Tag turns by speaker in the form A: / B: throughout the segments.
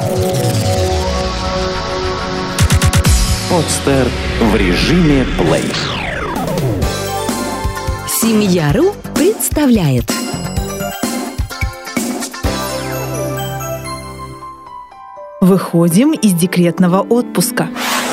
A: Подстер в режиме плей.
B: Семья.ру представляет.
C: Выходим из декретного отпуска.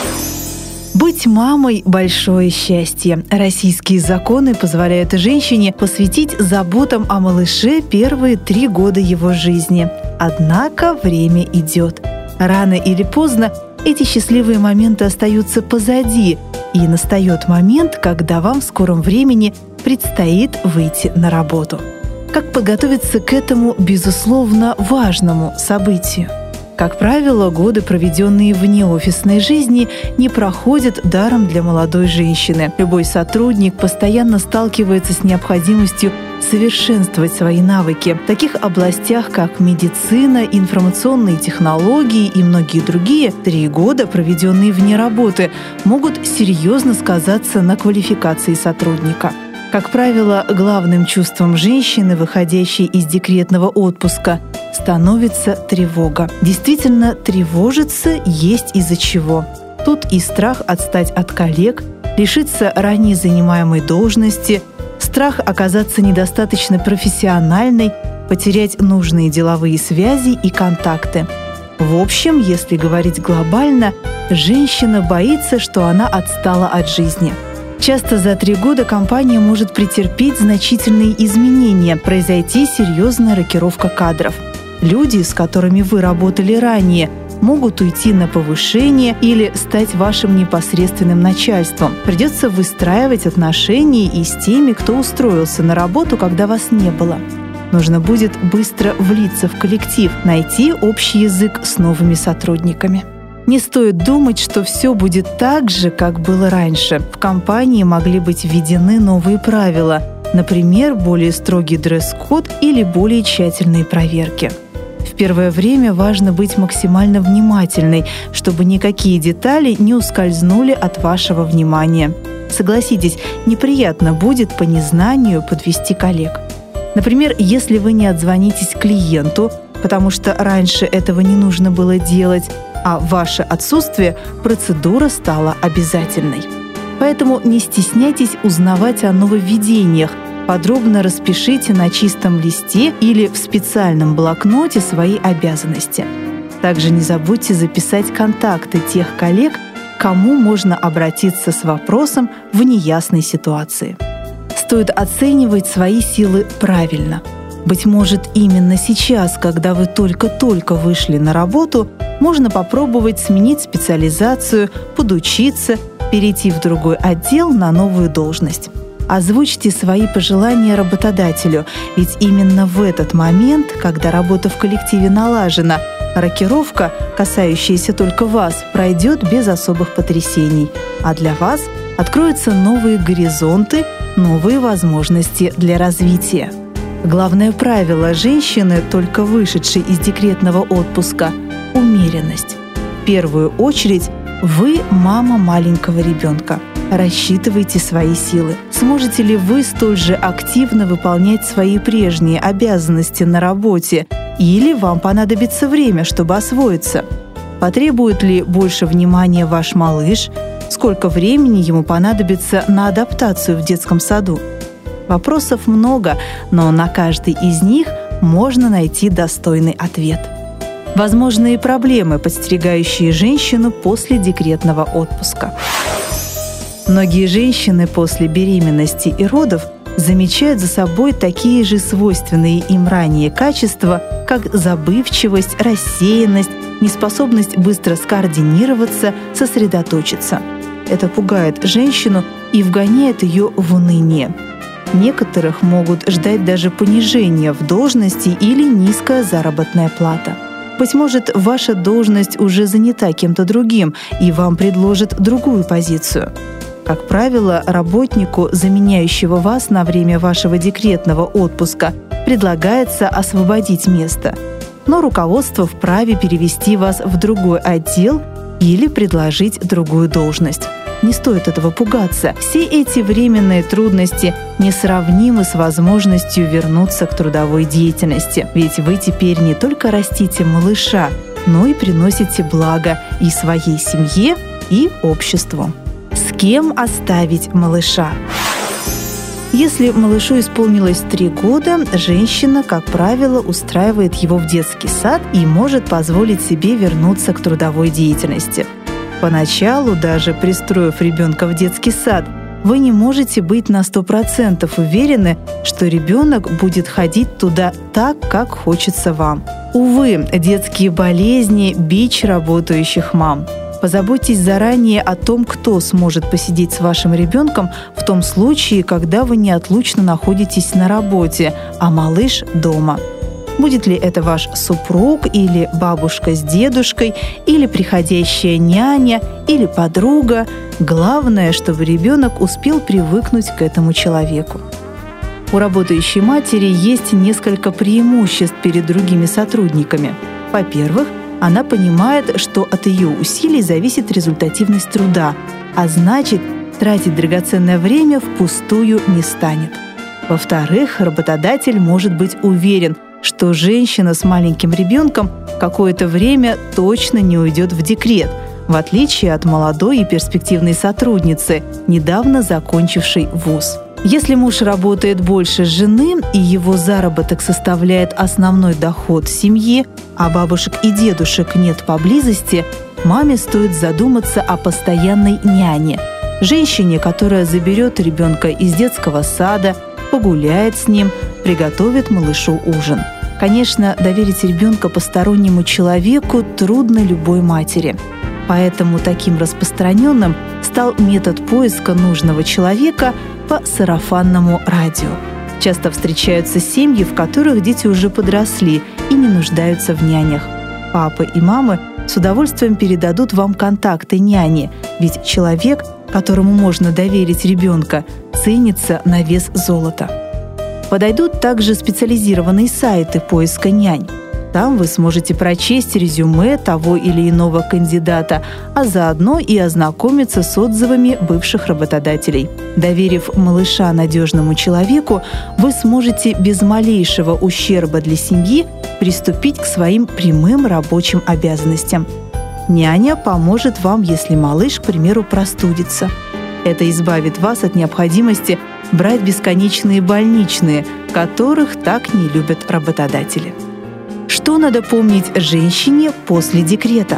C: Быть мамой – большое счастье. Российские законы позволяют женщине посвятить заботам о малыше первые 3 года его жизни. Однако время идет. Рано или поздно эти счастливые моменты остаются позади, и настает момент, когда вам в скором времени предстоит выйти на работу. Как подготовиться к этому, безусловно, важному событию? Как правило, годы, проведенные вне офисной жизни, не проходят даром для молодой женщины. Любой сотрудник постоянно сталкивается с необходимостью совершенствовать свои навыки в таких областях, как медицина, информационные технологии и многие другие. 3 года, проведенные вне работы, могут серьезно сказаться на квалификации сотрудника. Как правило, главным чувством женщины, выходящей из декретного отпуска, становится тревога. Действительно, тревожиться есть из-за чего. Тут и страх отстать от коллег, лишиться ранее занимаемой должности, страх оказаться недостаточно профессиональной, потерять нужные деловые связи и контакты. В общем, если говорить глобально, женщина боится, что она отстала от жизни. Часто за 3 года компания может претерпеть значительные изменения, произойти серьезная рокировка кадров. Люди, с которыми вы работали ранее, могут уйти на повышение или стать вашим непосредственным начальством. Придется выстраивать отношения и с теми, кто устроился на работу, когда вас не было. Нужно будет быстро влиться в коллектив, найти общий язык с новыми сотрудниками. Не стоит думать, что все будет так же, как было раньше. В компании могли быть введены новые правила, например, более строгий дресс-код или более тщательные проверки. В первое время важно быть максимально внимательной, чтобы никакие детали не ускользнули от вашего внимания. Согласитесь, неприятно будет по незнанию подвести коллег. Например, если вы не отзвонитесь клиенту, потому что раньше этого не нужно было делать, а ваше отсутствие процедура стала обязательной. Поэтому не стесняйтесь узнавать о нововведениях, подробно распишите на чистом листе или в специальном блокноте свои обязанности. Также не забудьте записать контакты тех коллег, к кому можно обратиться с вопросом в неясной ситуации. Стоит оценивать свои силы правильно. Быть может, именно сейчас, когда вы только-только вышли на работу, можно попробовать сменить специализацию, подучиться, перейти в другой отдел на новую должность. Озвучьте свои пожелания работодателю, ведь именно в этот момент, когда работа в коллективе налажена, рокировка, касающаяся только вас, пройдет без особых потрясений, а для вас откроются новые горизонты, новые возможности для развития. Главное правило женщины, только вышедшей из декретного отпуска – умеренность. В первую очередь, вы мама маленького ребенка. Рассчитывайте свои силы. Сможете ли вы столь же активно выполнять свои прежние обязанности на работе, или вам понадобится время, чтобы освоиться? Потребует ли больше внимания ваш малыш? Сколько времени ему понадобится на адаптацию в детском саду? Вопросов много, но на каждый из них можно найти достойный ответ. Возможные проблемы, подстерегающие женщину после декретного отпуска. Многие женщины после беременности и родов замечают за собой такие же свойственные им ранее качества, как забывчивость, рассеянность, неспособность быстро скоординироваться, сосредоточиться. Это пугает женщину и вгоняет ее в уныние. Некоторых могут ждать даже понижение в должности или низкая заработная плата. Быть может, ваша должность уже занята кем-то другим, и вам предложат другую позицию. Как правило, работнику, заменяющего вас на время вашего декретного отпуска, предлагается освободить место. Но руководство вправе перевести вас в другой отдел или предложить другую должность. Не стоит этого пугаться. Все эти временные трудности несравнимы с возможностью вернуться к трудовой деятельности. Ведь вы теперь не только растите малыша, но и приносите благо и своей семье, и обществу. С кем оставить малыша? Если малышу исполнилось 3 года, женщина, как правило, устраивает его в детский сад и может позволить себе вернуться к трудовой деятельности. Поначалу, даже пристроив ребенка в детский сад, вы не можете быть на 100% уверены, что ребенок будет ходить туда так, как хочется вам. Увы, детские болезни – бич работающих мам. Позаботьтесь заранее о том, кто сможет посидеть с вашим ребенком в том случае, когда вы неотлучно находитесь на работе, а малыш дома. Будет ли это ваш супруг, или бабушка с дедушкой, или приходящая няня, или подруга. Главное, чтобы ребенок успел привыкнуть к этому человеку. У работающей матери есть несколько преимуществ перед другими сотрудниками. Во-первых, она понимает, что от ее усилий зависит результативность труда, а значит, тратить драгоценное время впустую не станет. Во-вторых, работодатель может быть уверен, что женщина с маленьким ребенком какое-то время точно не уйдет в декрет, в отличие от молодой и перспективной сотрудницы, недавно закончившей вуз. Если муж работает больше жены и его заработок составляет основной доход семьи, а бабушек и дедушек нет поблизости, маме стоит задуматься о постоянной няне, женщине, которая заберет ребенка из детского сада, погуляет с ним, приготовит малышу ужин. Конечно, доверить ребенка постороннему человеку трудно любой матери. Поэтому таким распространенным стал метод поиска нужного человека по сарафанному радио. Часто встречаются семьи, в которых дети уже подросли и не нуждаются в нянях. Папы и мамы с удовольствием передадут вам контакты няни, ведь человек, которому можно доверить ребенка, ценится на вес золота. Подойдут также специализированные сайты поиска нянь. Там вы сможете прочесть резюме того или иного кандидата, а заодно и ознакомиться с отзывами бывших работодателей. Доверив малыша надежному человеку, вы сможете без малейшего ущерба для семьи приступить к своим прямым рабочим обязанностям. Няня поможет вам, если малыш, к примеру, простудится. Это избавит вас от необходимости брать бесконечные больничные, которых так не любят работодатели. Что надо помнить женщине после декрета?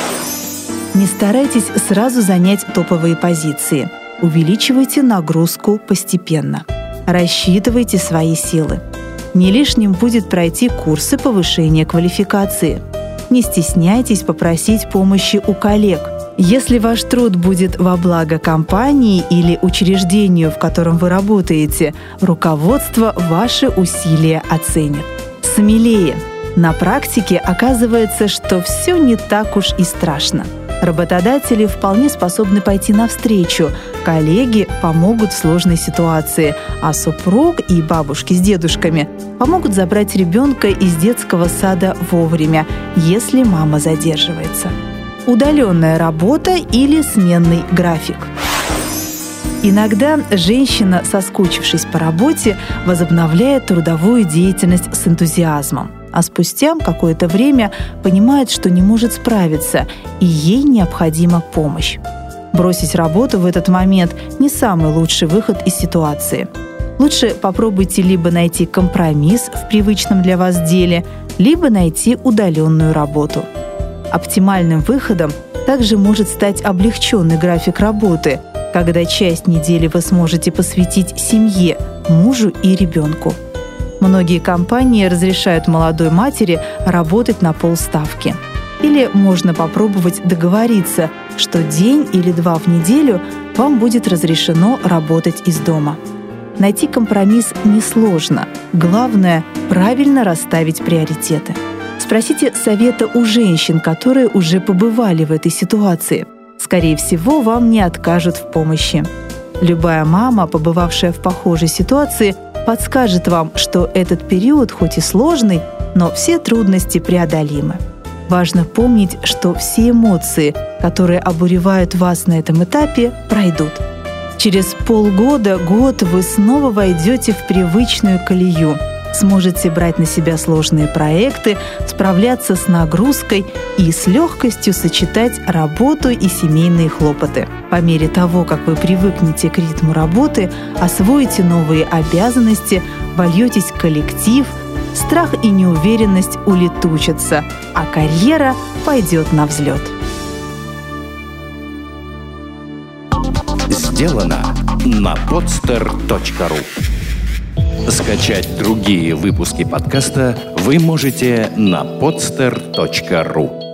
C: Не старайтесь сразу занять топовые позиции. Увеличивайте нагрузку постепенно. Рассчитывайте свои силы. Не лишним будет пройти курсы повышения квалификации. Не стесняйтесь попросить помощи у коллег. Если ваш труд будет во благо компании или учреждению, в котором вы работаете, руководство ваши усилия оценит. Смелее! На практике оказывается, что все не так уж и страшно. Работодатели вполне способны пойти навстречу, коллеги помогут в сложной ситуации, а супруг и бабушки с дедушками помогут забрать ребенка из детского сада вовремя, если мама задерживается. Удаленная работа или сменный график. Иногда женщина, соскучившись по работе, возобновляет трудовую деятельность с энтузиазмом, а спустя какое-то время понимает, что не может справиться, и ей необходима помощь. Бросить работу в этот момент не самый лучший выход из ситуации. Лучше попробуйте либо найти компромисс в привычном для вас деле, либо найти удаленную работу. Оптимальным выходом также может стать облегченный график работы, когда часть недели вы сможете посвятить семье, мужу и ребенку. Многие компании разрешают молодой матери работать на полставки. Или можно попробовать договориться, что день или 2 в неделю вам будет разрешено работать из дома. Найти компромисс несложно. Главное – правильно расставить приоритеты. Спросите совета у женщин, которые уже побывали в этой ситуации. Скорее всего, вам не откажут в помощи. Любая мама, побывавшая в похожей ситуации, подскажет вам, что этот период хоть и сложный, но все трудности преодолимы. Важно помнить, что все эмоции, которые обуревают вас на этом этапе, пройдут. Через полгода-год вы снова войдете в привычную колею, Сможете брать на себя сложные проекты, справляться с нагрузкой и с легкостью сочетать работу и семейные хлопоты. По мере того, как вы привыкнете к ритму работы, освоите новые обязанности, вольетесь в коллектив, страх и неуверенность улетучатся, а карьера пойдет на взлет.
A: Сделано на podster.ru. Скачать другие выпуски подкаста вы можете на podster.ru.